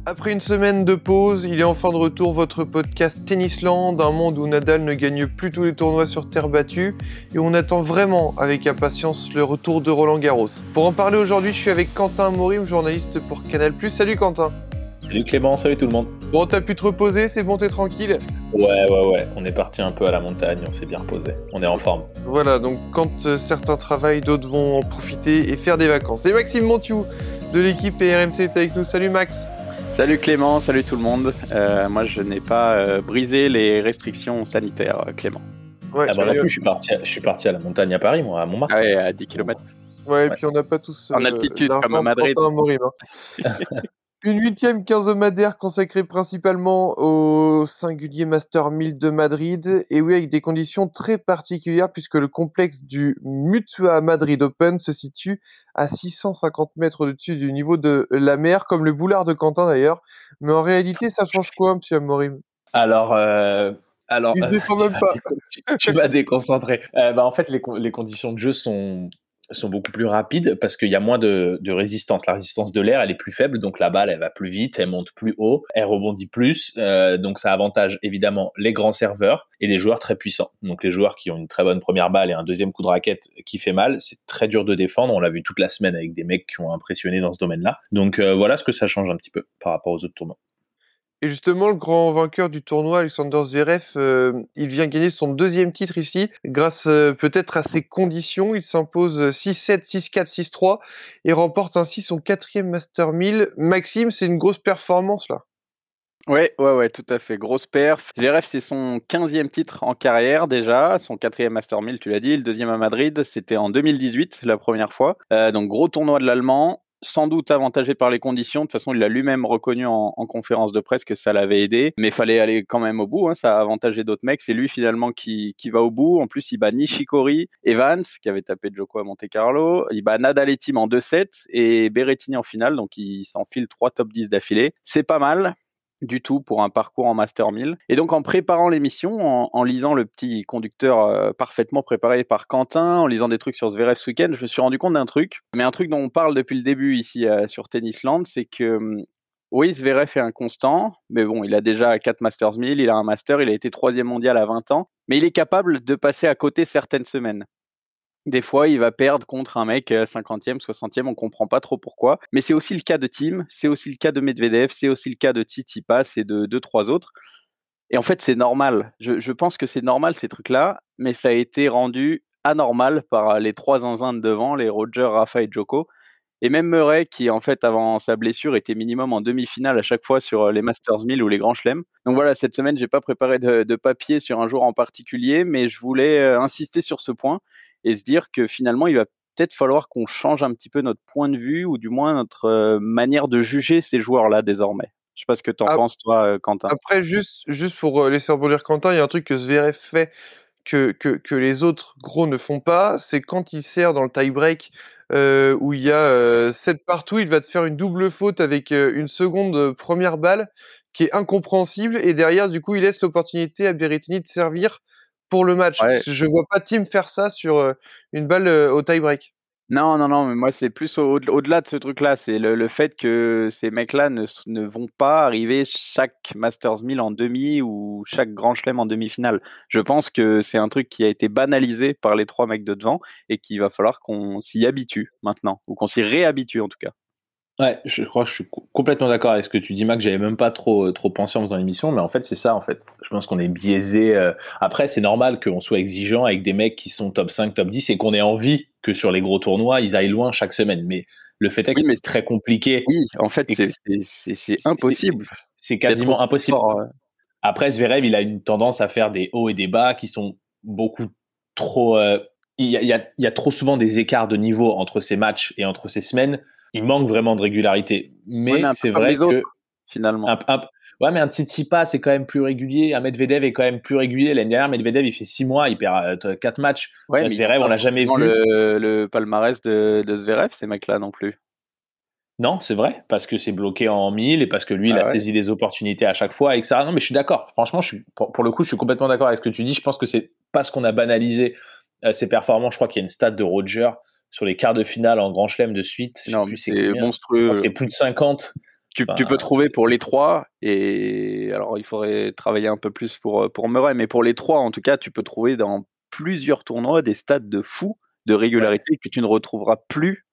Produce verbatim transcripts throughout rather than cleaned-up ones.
Après une semaine de pause, il est enfin de retour votre podcast Tennisland, un monde où Nadal ne gagne plus tous les tournois sur terre battue et on attend vraiment avec impatience le retour de Roland Garros. Pour en parler aujourd'hui, je suis avec Quentin Morim, journaliste pour Canal plus. Salut Quentin. Salut Clément, salut tout le monde. Bon, t'as pu te reposer, c'est bon, t'es tranquille? Ouais, ouais, ouais, on est parti un peu à la montagne, on s'est bien reposé, on est en forme. Voilà, donc quand euh, certains travaillent, d'autres vont en profiter et faire des vacances. Et Maxime Montiou de l'équipe R M C est avec nous. Salut Max. Salut Clément, salut tout le monde. Euh, moi, je n'ai pas euh, brisé les restrictions sanitaires, euh, Clément. Ouais, ah bah non et, plus, je suis, parti à, je suis parti à la montagne à Paris, moi, à Montmartre. Ah ouais, à dix kilomètres. Ouais, et puis on n'a pas tous euh, En altitude, d'argent comme à Madrid. pour Quentin Morim, hein. Une huitième quinzomadaire consacrée principalement au singulier Master mille de Madrid, et oui, avec des conditions très particulières puisque le complexe du Mutua Madrid Open se situe à six cent cinquante mètres au-dessus du niveau de la mer, comme le boulard de Quentin d'ailleurs. Mais en réalité, ça change quoi, monsieur Amorim? Alors, euh, alors Il se euh, défend tu, même m'as pas. décon- tu- tu m'as déconcentré. Euh, bah, en fait, les, con- les conditions de jeu sont, sont beaucoup plus rapides parce qu'il y a moins de, de résistance. La résistance de l'air, elle est plus faible, donc la balle, elle va plus vite, elle monte plus haut, elle rebondit plus. Euh, donc ça avantage évidemment les grands serveurs et les joueurs très puissants. Donc les joueurs qui ont une très bonne première balle et un deuxième coup de raquette qui fait mal, c'est très dur de défendre. On l'a vu toute la semaine avec des mecs qui ont impressionné dans ce domaine-là. Donc euh, voilà ce que ça change un petit peu par rapport aux autres tournois. Et justement, le grand vainqueur du tournoi, Alexander Zverev, euh, il vient gagner son deuxième titre ici, grâce euh, peut-être à ses conditions. Il s'impose six sept, six quatre, six trois et remporte ainsi son quatrième Master mille. Maxime, c'est une grosse performance là. Ouais, ouais, ouais, tout à fait. Grosse perf. Zverev, c'est son quinzième titre en carrière déjà, son quatrième Master mille, tu l'as dit, le deuxième à Madrid, c'était en deux mille dix-huit, la première fois. Euh, donc gros tournoi de l'Allemand, sans doute avantagé par les conditions. De toute façon, il l'a lui-même reconnu en, en conférence de presse que ça l'avait aidé, mais il fallait aller quand même au bout, hein, ça a avantagé d'autres mecs. C'est lui finalement qui, qui va au bout. En plus, il bat Nishikori, Evans, qui avait tapé Djoko à Monte-Carlo, il bat Nadal et Thiem en deux sept et Berrettini en finale, donc il s'enfile trois top dix d'affilée. C'est pas mal du tout pour un parcours en Master mille. Et donc en préparant l'émission, en, en lisant le petit conducteur euh, parfaitement préparé par Quentin, en lisant des trucs sur Zverev ce week-end, je me suis rendu compte d'un truc, mais un truc dont on parle depuis le début ici euh, sur Tennisland, c'est que hum, oui, Zverev est inconstant, mais bon, il a déjà quatre Masters mille, il a un Master, il a été troisième mondial à vingt ans, mais il est capable de passer à côté certaines semaines. Des fois, il va perdre contre un mec cinquantième, soixantième, on comprend pas trop pourquoi. Mais c'est aussi le cas de Thiem, c'est aussi le cas de Medvedev, c'est aussi le cas de Tsitsipas et de deux, trois autres. Et en fait, c'est normal. Je, je pense que c'est normal ces trucs-là, mais ça a été rendu anormal par les trois zinzins de devant, les Roger, Rafa et Djoko. Et même Murray, qui en fait avant sa blessure était minimum en demi-finale à chaque fois sur les Masters mille ou les Grands Chelems. Donc voilà, cette semaine, j'ai pas préparé de, de papier sur un jour en particulier, mais je voulais euh, insister sur ce point et se dire que finalement, il va peut-être falloir qu'on change un petit peu notre point de vue ou du moins notre euh, manière de juger ces joueurs-là désormais. Je sais pas ce que tu en Ah, penses, toi, euh, Quentin. après, juste, juste pour euh, laisser rebondir Quentin, il y a un truc que Zverev fait que, que, que les autres gros ne font pas, c'est quand il sert dans le tie-break euh, où il y a euh, sept partout, il va te faire une double faute avec euh, une seconde euh, première balle qui est incompréhensible et derrière, du coup, il laisse l'opportunité à Berrettini de servir pour le match. Ouais. Je vois pas Thiem faire ça sur euh, une balle euh, au tie-break. Non, non, non, mais moi, c'est plus au- au-delà de ce truc-là. C'est le, le fait que ces mecs-là ne, s- ne vont pas arriver chaque Masters mille en demi ou chaque Grand Chelem en demi-finale. Je pense que c'est un truc qui a été banalisé par les trois mecs de devant et qu'il va falloir qu'on s'y habitue maintenant, ou qu'on s'y réhabitue en tout cas. Ouais, je crois que je suis co- complètement d'accord avec ce que tu dis, Mac. J'avais même pas trop, euh, trop pensé en faisant l'émission, mais en fait, c'est ça, en fait. Je pense qu'on est biaisé. euh. Après, c'est normal qu'on soit exigeant avec des mecs qui sont top cinq, top dix et qu'on ait envie que sur les gros tournois, ils aillent loin chaque semaine. Mais le fait est Oui, que mais c'est très compliqué oui, en fait, et que c'est c'est- c'est- c'est c'est c'est- c'est- impossible c'est d'être quasiment aussi impossible. fort. euh. Après, Zverev, il a une tendance à faire des hauts et des bas qui sont beaucoup trop. euh, Il y, a, il y a- il y a trop souvent des écarts de niveau entre ces matchs et entre ces semaines. Il manque vraiment de régularité. Oui, mais Mais un peu c'est comme vrai les autres, que finalement. un, un- ouais, mais un Tsitsipas, c'est quand même plus régulier. Un Medvedev est quand même plus régulier. L'année dernière, Medvedev, il fait six mois, il perd euh, quatre matchs. Ouais, Tu vois, mais ils n'ont Zverev, on pas l'a jamais forcément vu. le, le palmarès de, de Zverev, ces mecs-là non plus. Non, c'est vrai, parce que c'est bloqué en mille et parce que lui, il Ah a ouais. saisi les opportunités à chaque fois, et cetera. Non, mais je suis d'accord. Franchement, je suis, pour, pour le coup, je suis complètement d'accord avec ce que tu dis. Je pense que c'est parce qu'on a banalisé euh, ses performances. Je crois qu'il y a une stat de Roger sur les quarts de finale en Grand Chelem de suite. Je sais Non, plus mais c'est c'est combien. Je crois que monstrueux. c'est plus de cinquante. Tu, Enfin, tu peux trouver pour les trois, et alors il faudrait travailler un peu plus pour, pour Murray, mais pour les trois, en tout cas, tu peux trouver dans plusieurs tournois des stats de fou, de régularité ouais. que tu ne retrouveras plus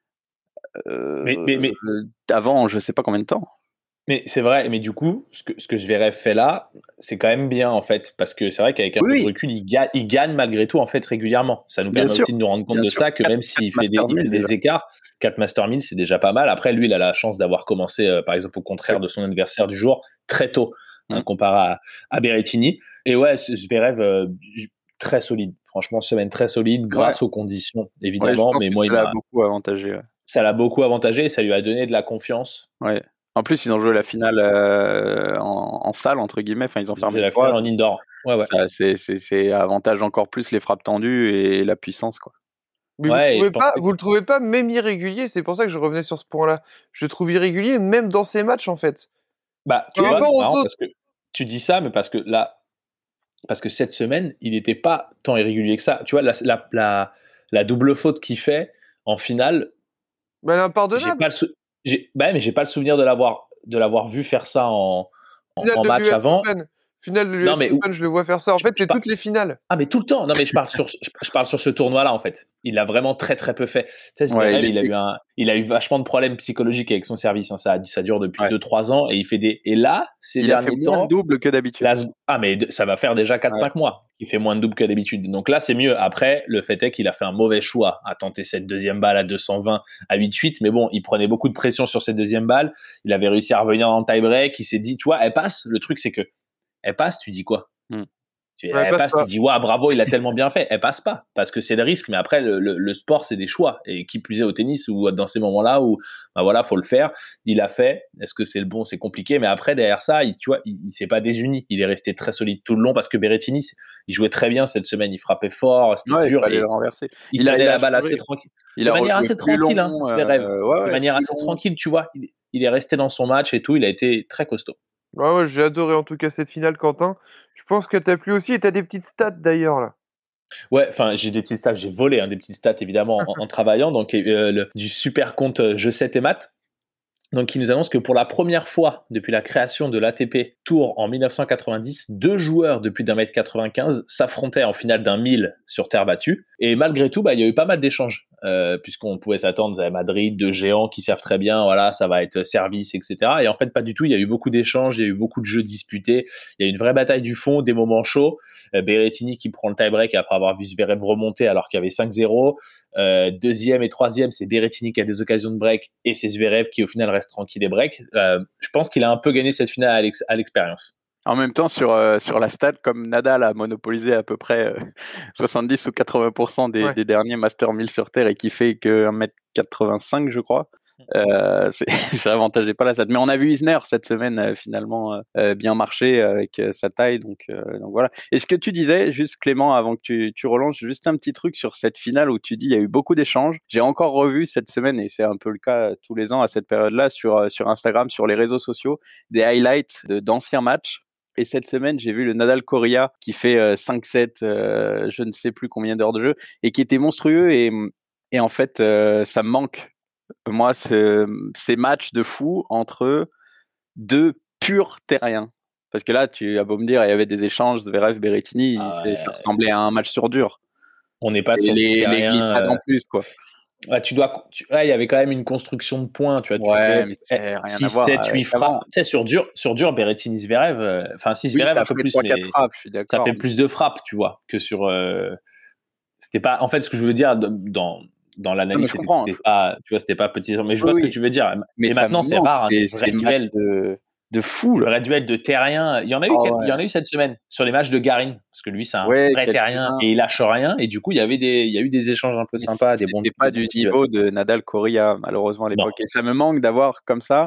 euh, mais, mais, mais... avant je sais pas combien de temps. Mais c'est vrai, mais du coup, ce que, ce que Zverev fait là, c'est quand même bien en fait, parce que c'est vrai qu'avec un oui, peu de recul, il gagne, il gagne malgré tout en fait régulièrement. Ça nous bien permet sûr, aussi de nous rendre compte de sûr. ça, que quatre, même s'il fait des, il fait des écarts, quatre Master mille, c'est déjà pas mal. Après, lui, il a la chance d'avoir commencé, euh, par exemple, au contraire oui. de son adversaire du jour, très tôt, mmh. hein, comparé à, à Berrettini. Et ouais, Zverev, euh, très solide. Franchement, semaine très solide, grâce ouais. aux conditions, évidemment. Ouais, je pense mais que moi, ça il l'a m'a beaucoup avantagé. Ouais. Ça l'a beaucoup avantagé, ça lui a donné de la confiance. Ouais. En plus, ils ont joué la finale euh, en, en salle, entre guillemets. Enfin, ils ont fermé la finale en indoor. Ouais, ouais. Ça, c'est, c'est, c'est avantage encore plus les frappes tendues et la puissance, quoi. Mais ouais, vous, trouvez pas, que... vous le trouvez pas même irrégulier? C'est pour ça que je revenais sur ce point-là. Je le trouve irrégulier même dans ces matchs, en fait. Bah, tu vois, c'est marrant parce que tu dis ça, mais parce que là, parce que cette semaine, il n'était pas tant irrégulier que ça. Tu vois, la, la, la, la double faute qu'il fait en finale, bah, elle est impardonnable. J'ai pas le sou... j'ai... Bah, mais j'ai pas le souvenir de l'avoir, de l'avoir vu faire ça en, en, en match avant. Open. Finale de l'U S non, mais Open, où... je le vois faire ça. En je, fait, c'est par... toutes les finales. Ah, mais tout le temps. Non, mais je parle sur, je parle sur ce tournoi-là, en fait. Il l'a vraiment très, très peu fait. Tu sais, ouais, il, il, a eu un, il a eu vachement de problèmes psychologiques avec son service. Hein. Ça, ça dure depuis deux trois ouais. ans et il fait des. Et là, ces il derniers a fait temps. moins de double que d'habitude. Là... Ah, mais ça va faire déjà quatre cinq ouais. mois qu'il fait moins de double que d'habitude. Donc là, c'est mieux. Après, le fait est qu'il a fait un mauvais choix à tenter cette deuxième balle à deux cent vingt à huit huit. Mais bon, il prenait beaucoup de pression sur cette deuxième balle. Il avait réussi à revenir dans le tie-break. Il s'est dit, tu vois, elle passe. Le truc, c'est que elle passe, tu dis quoi hmm. Tu, ouais, elle passe, passe tu dis ouais bravo, il a tellement bien fait. Elle passe pas parce que c'est le risque. Mais après le, le, le sport c'est des choix et qui plus est au tennis ou dans ces moments-là où bah voilà faut le faire. Il a fait. Est-ce que c'est le bon? C'est compliqué. Mais après derrière ça, il, tu vois, il, il s'est pas désuni. Il est resté très solide tout le long parce que Berrettini, il jouait très bien cette semaine. Il frappait fort, c'était ouais, dur. Il fallait le renverser. Il, il tenait a, la il a balle joué. assez tranquille. Il de a manière assez tranquille, long, hein, euh, rêve. ouais, ouais, de manière assez long. tranquille, tu vois. Il, il est resté dans son match et tout. Il a été très costaud. Ouais, ouais, j'ai adoré en tout cas cette finale, Quentin. Je pense que t'as plu aussi et t'as des petites stats d'ailleurs là. Ouais, enfin j'ai des petites stats, j'ai volé hein, des petites stats évidemment en, en travaillant, donc euh, le, du super compte euh, Je sais tes maths. Donc, qui nous annonce que pour la première fois depuis la création de l'A T P Tour en dix-neuf cent quatre-vingt-dix, deux joueurs de plus d'un mètre quatre-vingt-quinze s'affrontaient en finale d'un mille sur terre battue. Et malgré tout, bah, il y a eu pas mal d'échanges, euh, puisqu'on pouvait s'attendre à Madrid, deux géants qui savent très bien, voilà, ça va être service, et cetera. Et en fait, pas du tout. Il y a eu beaucoup d'échanges, il y a eu beaucoup de jeux disputés. Il y a eu une vraie bataille du fond, des moments chauds. Euh, Berrettini qui prend le tie-break après avoir vu Zverev remonter alors qu'il y avait cinq zéro. Euh, deuxième et troisième, c'est Berrettini qui a des occasions de break et c'est Zverev qui au final reste tranquille et break. Euh, je pense qu'il a un peu gagné cette finale à, l'ex- à l'expérience. En même temps, sur, euh, sur la stat, comme Nadal a monopolisé à peu près euh, soixante-dix ou quatre-vingts pour cent des, ouais. des derniers Master mille sur Terre et qui fait que un mètre quatre-vingt-cinq, je crois, euh, c'est, ça avantageait pas la stat. Mais on a vu Isner cette semaine euh, finalement euh, bien marcher avec euh, sa taille. Donc, euh, donc voilà. Et ce que tu disais, juste Clément, avant que tu, tu relances, juste un petit truc sur cette finale où tu dis il y a eu beaucoup d'échanges. J'ai encore revu cette semaine, et c'est un peu le cas tous les ans à cette période-là, sur, sur Instagram, sur les réseaux sociaux, des highlights de, d'anciens matchs. Et cette semaine, j'ai vu le Nadal Coria qui fait euh, cinq sept, euh, je ne sais plus combien d'heures de jeu, et qui était monstrueux. Et, et en fait, euh, ça me manque. Moi, c'est, ces matchs de fou entre deux purs terriens. Parce que là, tu as beau me dire, il y avait des échanges, Zverev, Berrettini, ah ouais. Ça ressemblait à un match sur dur. On n'est pas et sur les, terrien, les glissades euh... en plus, quoi. Ouais, tu dois, tu, ouais, il y avait quand même une construction de points, tu vois. Ouais, tu mais c'est rien six, à voir. sept, huit frappes. Tu sais, sur dur, sur dur, Berrettini, Zverev, enfin, euh, si Zverev oui, un peu plus, trois, mais frappes, je suis d'accord, ça fait mais... plus de frappes, tu vois, que sur. Euh... C'était pas. En fait, ce que je veux dire dans dans l'analyse, c'était, c'était pas, tu vois, c'était pas petit, mais je vois oui, ce que tu veux dire. Mais et maintenant, c'est rare, hein, des vrais duels de de fou, là. Vrai duel de terrien. Il y en a eu, oh, il y en a eu cette semaine sur les matchs de Garin, parce que lui, c'est un ouais, vrai terrien et il lâche rien. Et du coup, il y avait des, il y a eu des échanges un peu mais sympas, des c'était bons. C'était pas des du bons niveau de Nadal Coria, malheureusement à l'époque. Non. Et ça me manque d'avoir comme ça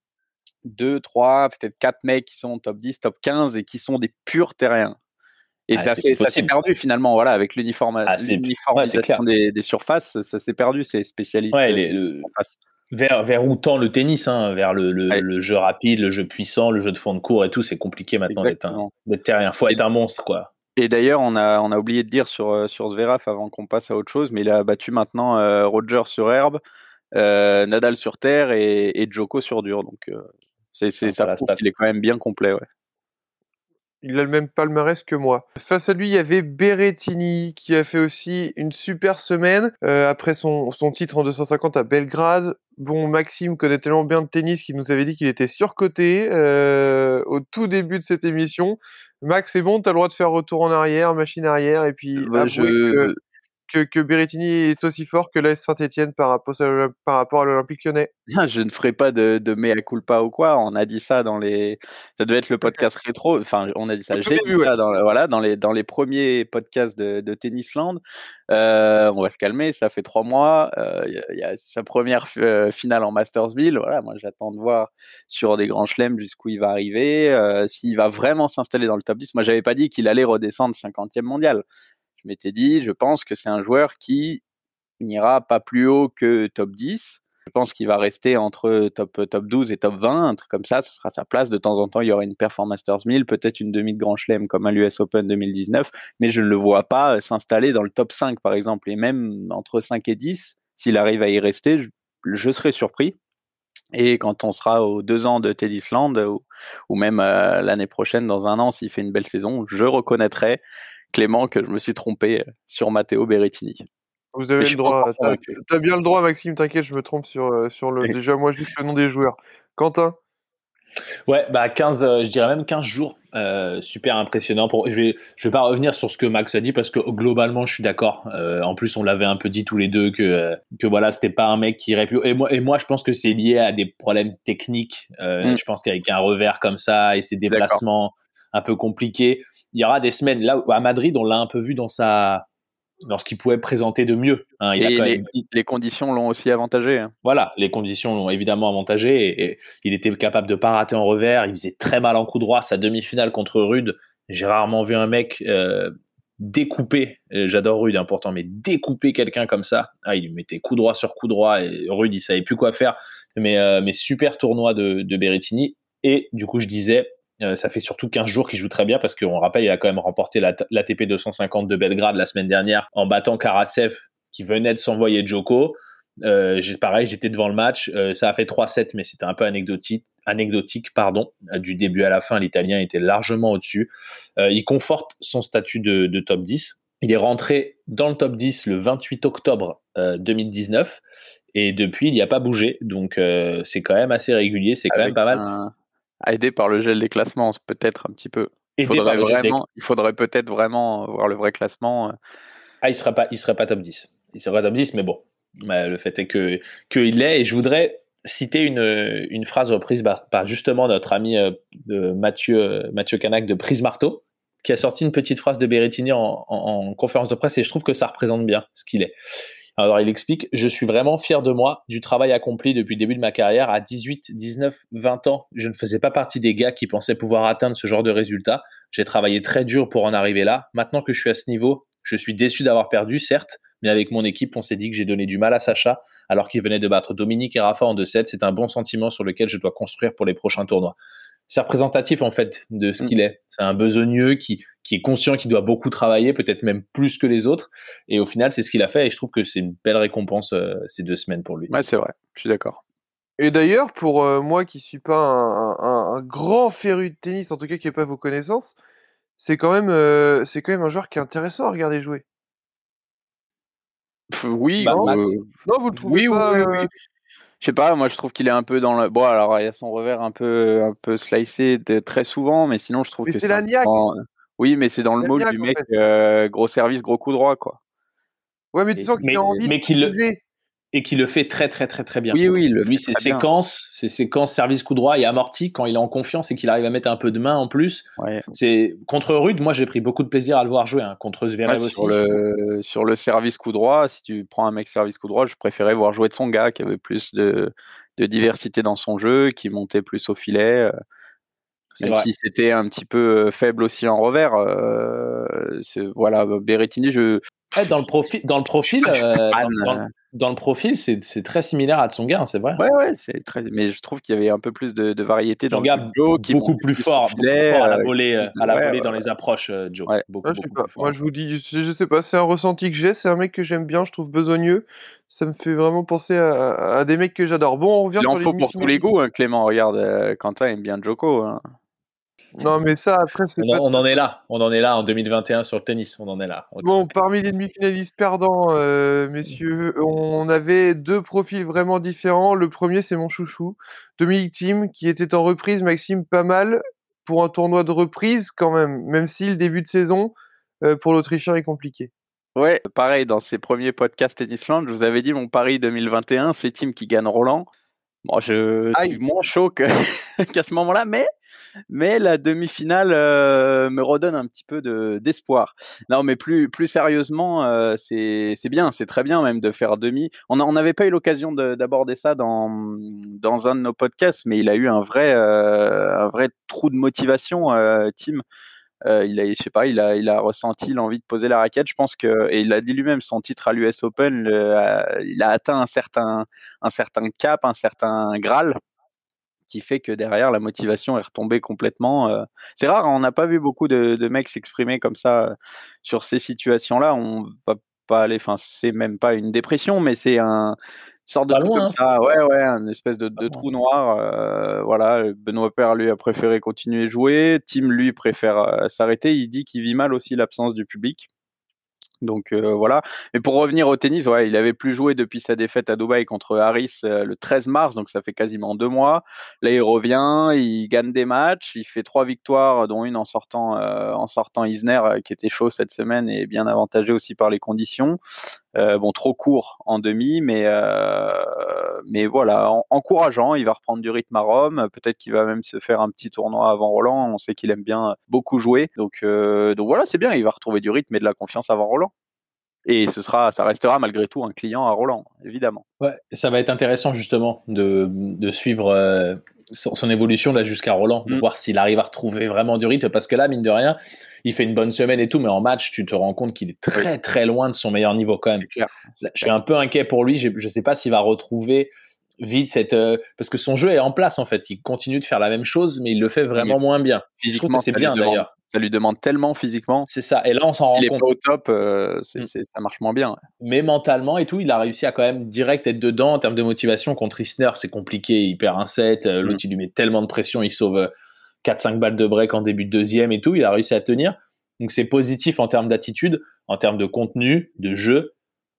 deux, trois, peut-être quatre mecs qui sont top dix, top quinze et qui sont des purs terriens. Et ah, ça, c'est, ça s'est perdu finalement, voilà, avec l'uniforme, ah, l'uniformisation ouais, des, des surfaces, ça s'est perdu, ces spécialistes. Ouais, les, le... vers, vers où tend le tennis, hein, vers le, le, ouais. le jeu rapide, le jeu puissant, le jeu de fond de cours et tout, c'est compliqué maintenant d'être, un, d'être terrien. Faut et, être un monstre, quoi. Et d'ailleurs, on a, on a oublié de dire sur, sur Zverev avant qu'on passe à autre chose, mais il a battu maintenant euh, Roger sur herbe. euh, Nadal sur terre et, et Djoko sur dur. Donc euh, c'est, c'est, ça prouve qu'il est quand même bien complet. Ouais. Il a le même palmarès que moi. Face à lui, il y avait Berrettini qui a fait aussi une super semaine euh, après son, son titre en deux cent cinquante à Belgrade. Bon, Maxime connaît tellement bien de tennis qu'il nous avait dit qu'il était surcoté euh, au tout début de cette émission. Max, c'est bon, tu as le droit de faire retour en arrière, machine arrière, et puis Bah, avouer je... que, que, que Berrettini est aussi fort que l'A S Saint-Etienne par rapport à, par rapport à l'Olympique Lyonnais. Je ne ferai pas de, de mea culpa ou quoi. On a dit ça dans les. Ça devait être le podcast rétro. Enfin, on a dit ça. Au tout J'ai début, dit ouais. ça dans, voilà, dans, les, dans les premiers podcasts de, de Tennisland. Euh, on va se calmer. Ça fait trois mois. Euh, Il y, y a sa première euh, finale en Mastersville. Voilà, moi, j'attends de voir sur des grands chelems jusqu'où il va arriver. Euh, S'il va vraiment s'installer dans le top dix. Moi, j'avais pas dit qu'il allait redescendre cinquantième mondial. Je m'étais dit, je pense que c'est un joueur qui n'ira pas plus haut que top dix. Je pense qu'il va rester entre top, top douze et top vingt, un truc comme ça, ce sera sa place. De temps en temps, il y aura une perf en Masters mille, peut-être une demi de Grand Chelem comme à l'U S Open deux mille dix-neuf, mais je ne le vois pas s'installer dans le top cinq, par exemple. Et même entre cinq et dix, s'il arrive à y rester, je, je serai surpris. Et quand on sera aux deux ans de Tennisland, ou, ou même euh, l'année prochaine, dans un an, s'il fait une belle saison, je reconnaîtrai, Clément, que je me suis trompé sur Matteo Berrettini. Vous avez le droit, t'as, t'as bien le droit, Maxime, t'inquiète, je me trompe sur, euh, sur le, déjà moi juste le nom des joueurs. Quentin? Ouais, bah quinze, euh, je dirais même quinze jours, euh, super impressionnant. Pour, je vais, je vais pas revenir sur ce que Max a dit parce que globalement, je suis d'accord. Euh, en plus, on l'avait un peu dit tous les deux que, euh, que voilà, c'était pas un mec qui irait plus haut. Et moi, et moi, je pense que c'est lié à des problèmes techniques. Euh, mm. Je pense qu'avec un revers comme ça et ses déplacements d'accord. un peu compliqués, il y aura des semaines là où à Madrid, on l'a un peu vu dans sa dans ce qu'il pouvait présenter de mieux. Hein, il et a quand les, même... les conditions l'ont aussi avantagé. Hein. Voilà, les conditions l'ont évidemment avantagé et, et il était capable de pas rater en revers. Il faisait très mal en coup droit. Sa demi-finale contre Rude, j'ai rarement vu un mec euh, découper. J'adore Rude, important, mais découper quelqu'un comme ça. Ah, il lui mettait coup droit sur coup droit et Rude, il savait plus quoi faire. Mais, euh, mais super tournoi de, de Berrettini. Et du coup, je disais, Euh, ça fait surtout quinze jours qu'il joue très bien parce qu'on rappelle, il a quand même remporté la, l'A T P deux cent cinquante de Belgrade la semaine dernière en battant Karatsev qui venait de s'envoyer Djoko. Euh, j'ai, pareil, j'étais devant le match. Euh, ça a fait trois sept, mais c'était un peu anecdotique. anecdotique pardon. Du début à la fin, l'Italien était largement au-dessus. Euh, il conforte son statut de, de top dix. Il est rentré dans le top dix le vingt-huit octobre euh, deux mille dix-neuf. Et depuis, il n'y a pas bougé. Donc, euh, c'est quand même assez régulier. C'est quand Avec même pas mal. Un... Aidé par le gel des classements, peut-être un petit peu. Il faudrait, vraiment, des... il faudrait peut-être vraiment voir le vrai classement. Ah, il ne serait pas, il serait pas top dix. Il serait top dix, mais bon, bah, le fait est que, qu'il l'est. Et je voudrais citer une, une phrase reprise par, par justement notre ami euh, de Mathieu, Mathieu Canac de Prise Marteau, qui a sorti une petite phrase de Berrettini en, en, en conférence de presse et je trouve que ça représente bien ce qu'il est. Alors, il explique « Je suis vraiment fier de moi, du travail accompli depuis le début de ma carrière. À dix-huit, dix-neuf, vingt ans, je ne faisais pas partie des gars qui pensaient pouvoir atteindre ce genre de résultats. J'ai travaillé très dur pour en arriver là. Maintenant que je suis à ce niveau, je suis déçu d'avoir perdu, certes, mais avec mon équipe, on s'est dit que j'ai donné du mal à Sacha, alors qu'il venait de battre Dominique et Rafa en deux sept. C'est un bon sentiment sur lequel je dois construire pour les prochains tournois. » C'est représentatif en fait de ce mmh. qu'il est. C'est un besogneux qui, qui est conscient qu'il doit beaucoup travailler, peut-être même plus que les autres. Et au final, c'est ce qu'il a fait. Et je trouve que c'est une belle récompense euh, ces deux semaines pour lui. Ouais, c'est vrai. Je suis d'accord. Et d'ailleurs, pour euh, moi qui suis pas un, un, un grand féru de tennis, en tout cas qui n'a pas vos connaissances, c'est quand même, euh, c'est quand même un joueur qui est intéressant à regarder jouer. Pff, oui. Bah, euh... Non, vous le trouvez oui, pas oui, oui, oui. Je sais pas, moi je trouve qu'il est un peu dans le. Bon, alors il y a son revers un peu, un peu slicé de, très souvent, mais sinon je trouve mais que c'est. c'est. La niaque. Grand... Oui, mais c'est dans le moule du mec, en fait. euh, gros service, gros coup droit, quoi. Ouais, mais tu sens qu'il a envie mais de qu'il le... bouger. Et qui le fait très très très très bien. Oui, oui, il le Lui, fait ses séquences, ses séquences service coup droit et amorti quand il est en confiance et qu'il arrive à mettre un peu de main en plus. Ouais. C'est contre Rude, moi j'ai pris beaucoup de plaisir à le voir jouer. Hein. Contre Zverev ouais, aussi. Sur le sur le service coup droit, si tu prends un mec service coup droit, je préférais voir jouer de son gars qui avait plus de de diversité dans son jeu, qui montait plus au filet. C'est même vrai. Si c'était un petit peu faible aussi en revers. Euh, c'est, voilà, Berrettini, je. Ouais, dans le profil, dans le profil, euh, dans, dans, dans le profil, c'est, c'est très similaire à Tsonga, hein, c'est vrai. Ouais, ouais, c'est très. Mais je trouve qu'il y avait un peu plus de, de variété dans Tsonga, le Joe, qui beaucoup plus plus fort, filet, beaucoup plus fort à la euh, volée, euh, à la ouais, volée ouais, dans ouais. les approches, euh, Joe. Ouais. Beaucoup, ah, beaucoup je sais pas. plus fort. Moi, je vous dis, je, je sais pas, c'est un ressenti que j'ai. C'est un mec que j'aime bien, je trouve besogneux. Ça me fait vraiment penser à, à des mecs que j'adore. Bon, on revient Il en sur les faut pour tous les demi-finalistes. goûts, hein, Clément. Regarde, euh, Quentin aime bien Djoko. Hein. Non, mais ça, après, c'est On pas. en, on en est là. On en est là en deux mille vingt et un sur le tennis. On en est là. Ok. Bon, parmi les demi-finalistes perdants, euh, messieurs, on avait deux profils vraiment différents. Le premier, c'est mon chouchou, Dominic Thiem, qui était en reprise, Maxime, pas mal pour un tournoi de reprise quand même, même si le début de saison euh, pour l'Autrichien est compliqué. Ouais, pareil, dans ses premiers podcasts Tennisland, je vous avais dit mon pari deux mille vingt et un, c'est Thiem qui gagne Roland. Bon, je suis Aïe. moins chaud que- qu'à ce moment-là, mais Mais la demi-finale euh, me redonne un petit peu de, d'espoir. Non, mais plus, plus sérieusement, euh, c'est, c'est bien, c'est très bien même de faire demi. On on n'avait pas eu l'occasion de, d'aborder ça dans, dans un de nos podcasts, mais il a eu un vrai, euh, un vrai trou de motivation, euh, Tim. Euh, il a, je sais pas, il a, il a ressenti l'envie de poser la raquette. Je pense que, et il a dit lui-même, son titre à l'U S Open, le, euh, il a atteint un certain, un certain cap, un certain Graal, qui fait que derrière la motivation est retombée complètement. Euh, c'est rare, hein, on n'a pas vu beaucoup de, de mecs s'exprimer comme ça euh, sur ces situations-là. On va pas aller, enfin c'est même pas une dépression, mais c'est un une sorte de Pas truc loin. comme Hein. ça. Ouais, ouais, une espèce de, Pas de loin. trou noir. Euh, voilà, Benoît Paire lui a préféré continuer jouer. Tim lui préfère euh, s'arrêter. Il dit qu'il vit mal aussi l'absence du public. Donc euh, voilà. Mais pour revenir au tennis, ouais, il avait plus joué depuis sa défaite à Dubaï contre Harris euh, le treize mars, donc ça fait quasiment deux mois. Là, il revient, il gagne des matchs, il fait trois victoires, dont une en sortant euh, en sortant Isner, euh, qui était chaud cette semaine et bien avantagé aussi par les conditions. Euh, bon, trop court en demi, mais euh, mais voilà, en, encourageant. Il va reprendre du rythme à Rome. Peut-être qu'il va même se faire un petit tournoi avant Roland. On sait qu'il aime bien beaucoup jouer, donc euh, donc voilà, c'est bien. Il va retrouver du rythme et de la confiance avant Roland. Et ce sera, ça restera malgré tout un client à Roland, évidemment. Ouais, ça va être intéressant justement de, de suivre euh, son, son évolution là jusqu'à Roland, de Mm. voir s'il arrive à retrouver vraiment du rythme, parce que là, mine de rien, il fait une bonne semaine et tout, mais en match, tu te rends compte qu'il est très Oui. très loin de son meilleur niveau quand même. C'est clair. C'est Je suis clair. un peu inquiet pour lui, je ne sais pas s'il va retrouver vite cette... Euh, parce que son jeu est en place en fait, il continue de faire la même chose, mais il le fait vraiment Oui, moins bien. Je trouve que physiquement, c'est ça lui bien demande, d'ailleurs. ça lui demande tellement physiquement. C'est ça, et là on s'en rend S'il est compte. pas au top, euh, c'est, Mm. c'est, ça marche moins bien. Mais mentalement et tout, il a réussi à quand même direct être dedans en termes de motivation. Contre Isner, c'est compliqué, il perd un set, euh, l'autre Mm. il lui met tellement de pression, il sauve euh, quatre cinq balles de break en début de deuxième et tout, il a réussi à tenir. Donc c'est positif en termes d'attitude, en termes de contenu, de jeu.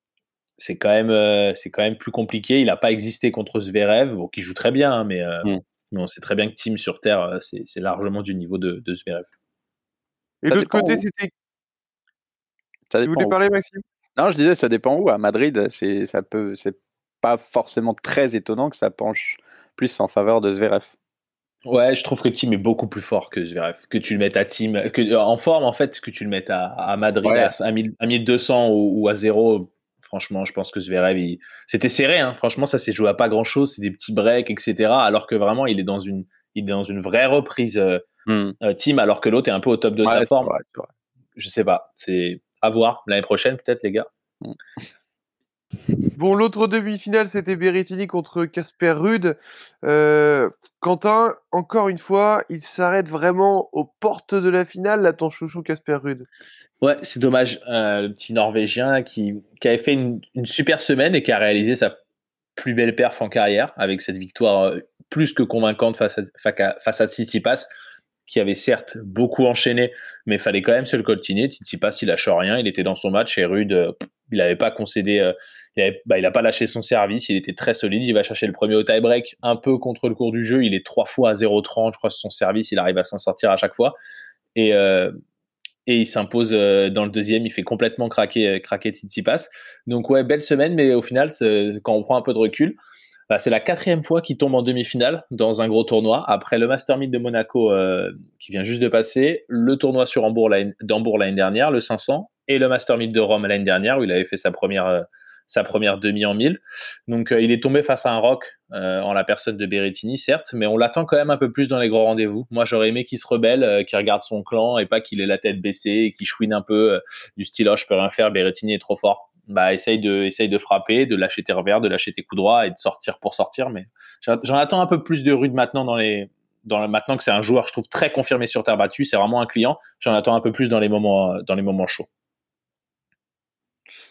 C'est quand même, euh, c'est quand même plus compliqué. Il n'a pas existé contre Zverev, bon, qui joue très bien, hein, mais, euh, Mm. mais on sait très bien que Thiem sur terre, euh, c'est, c'est largement du niveau de, de Zverev. Et Ça de l'autre dépend côté, où. c'était. Ça Tu dépend voulais où. parler, Maxime? Non, je disais, ça dépend où. À Madrid, c'est, ça peut, c'est pas forcément très étonnant que ça penche plus en faveur de Zverev. Ouais, je trouve que Thiem est beaucoup plus fort que Zverev. Que tu le mettes à Thiem, que, en forme en fait, que tu le mettes à, à Madrid Ouais. à, à, mille, à mille deux cents ou, ou à zéro. Franchement, je pense que Zverev, il... c'était serré. Hein. Franchement, ça s'est joué à pas grand chose. C'est des petits breaks, et cetera. Alors que vraiment, il est dans une, il est dans une vraie reprise euh, Mm. euh, Thiem, alors que l'autre est un peu au top de Ouais, sa c'est forme. vrai, c'est vrai. Je sais pas. C'est à voir l'année prochaine, peut-être, les gars. Mm. Bon, l'autre demi-finale, c'était Berrettini contre Casper Ruud. Euh, Quentin, encore une fois, il s'arrête vraiment aux portes de la finale, là, ton chouchou Casper Ruud. Ouais, c'est dommage. Euh, le petit Norvégien qui, qui avait fait une, une super semaine et qui a réalisé sa plus belle perf en carrière avec cette victoire euh, plus que convaincante face à, face à Tsitsipas, qui avait certes beaucoup enchaîné, mais il fallait quand même se le coltiner. Tsitsipas, il lâche rien, il était dans son match et Ruud, euh, il n'avait pas concédé, euh, il avait, bah, il n'a pas lâché son service, il était très solide, il va chercher le premier au tie-break, un peu contre le cours du jeu, il est trois fois à zéro trente, je crois, sur son service, il arrive à s'en sortir à chaque fois. Et, euh, et il s'impose euh, dans le deuxième, il fait complètement craquer, euh, craquer Tsitsipas. Donc ouais, belle semaine, mais au final, quand on prend un peu de recul, bah, c'est la quatrième fois qu'il tombe en demi-finale dans un gros tournoi, après le Master mille de Monaco euh, qui vient juste de passer, le tournoi sur Hambourg l'année, d'Hambourg l'année dernière, le cinq cents, et le Master mille de Rome l'année dernière, où il avait fait sa première, euh, sa première demi en mille. Donc euh, il est tombé face à un rock euh, en la personne de Berrettini, certes, mais on l'attend quand même un peu plus dans les grands rendez-vous. Moi, j'aurais aimé qu'il se rebelle, euh, qu'il regarde son clan, et pas qu'il ait la tête baissée, et qu'il chouine un peu euh, du style « oh, je peux rien faire, Berrettini est trop fort ». Bah, essaye de, essaye de frapper, de lâcher tes revers, de lâcher tes coups droits et de sortir pour sortir. Mais j'en attends un peu plus de Ruud maintenant dans les, dans le, maintenant que c'est un joueur, je trouve, très confirmé sur terre battue. C'est vraiment un client. J'en attends un peu plus dans les moments, dans les moments chauds.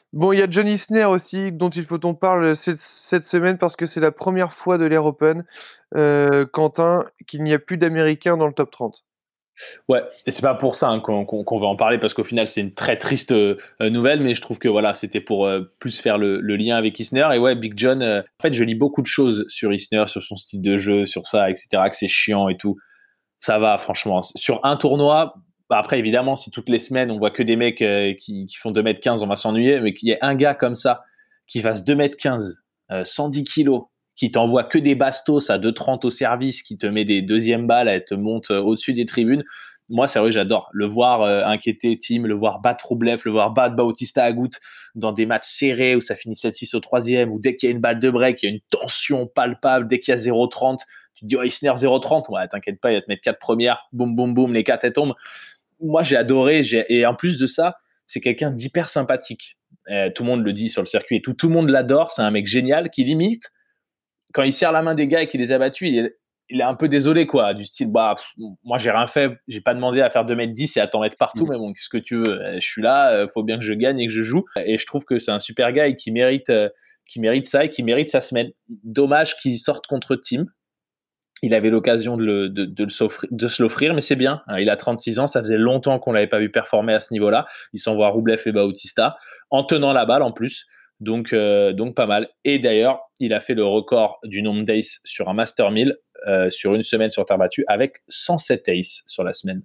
Bon, il y a John Isner aussi, dont il faut qu'on parle cette, cette semaine parce que c'est la première fois de l'Air Open, euh, Quentin, qu'il n'y a plus d'Américains dans le top trente. Ouais, et c'est pas pour ça hein, qu'on, qu'on, qu'on va en parler parce qu'au final c'est une très triste euh, nouvelle, mais je trouve que voilà, c'était pour euh, plus faire le, le lien avec Isner. Et ouais, Big John, euh, en fait, je lis beaucoup de choses sur Isner, sur son style de jeu, sur ça, et cetera, que c'est chiant et tout. Ça va, franchement. Sur un tournoi, bah après, évidemment, si toutes les semaines on voit que des mecs euh, qui, qui font deux mètres quinze, on va s'ennuyer, mais qu'il y ait un gars comme ça qui fasse deux mètres quinze, euh, cent dix kilos, qui t'envoie que des bastos à deux trente au service, qui te met des deuxièmes balles, elle te monte euh, au-dessus des tribunes. Moi, c'est vrai, j'adore le voir euh, inquiéter Tim, le voir battre Roublev, le voir battre Bautista Agut dans des matchs serrés où ça finit sept six au troisième, où dès qu'il y a une balle de break, il y a une tension palpable, dès qu'il y a zéro trente, tu te dis, oh, Isner zéro trente, ouais, t'inquiète pas, il va te mettre quatre premières, boum, boum, boum, les quatre, elles tombent. Moi, j'ai adoré, j'ai... et en plus de ça, c'est quelqu'un d'hyper sympathique. Euh, tout le monde le dit sur le circuit et tout, tout le monde l'adore, c'est un mec génial qui limite, quand il serre la main des gars et qu'il les a battus, il est, il est un peu désolé, quoi, du style, bah, pff, moi, j'ai rien fait, j'ai pas demandé à faire deux mètres dix et à t'en mettre partout, mmh. mais bon, qu'est-ce que tu veux, je suis là, il faut bien que je gagne et que je joue, et je trouve que c'est un super gars et qui mérite, euh, qui mérite ça et qui mérite sa semaine. Dommage qu'il sorte contre Tim. Il avait l'occasion de, le, de, de, le de se l'offrir, mais c'est bien. Il a trente-six ans, ça faisait longtemps qu'on ne l'avait pas vu performer à ce niveau-là. Il s'envoie Roublev et Bautista, en tenant la balle en plus. Donc, euh, donc pas mal. Et d'ailleurs, il a fait le record du nombre d'aces sur un Master mille euh, sur une semaine sur terre battue avec cent sept aces sur la semaine.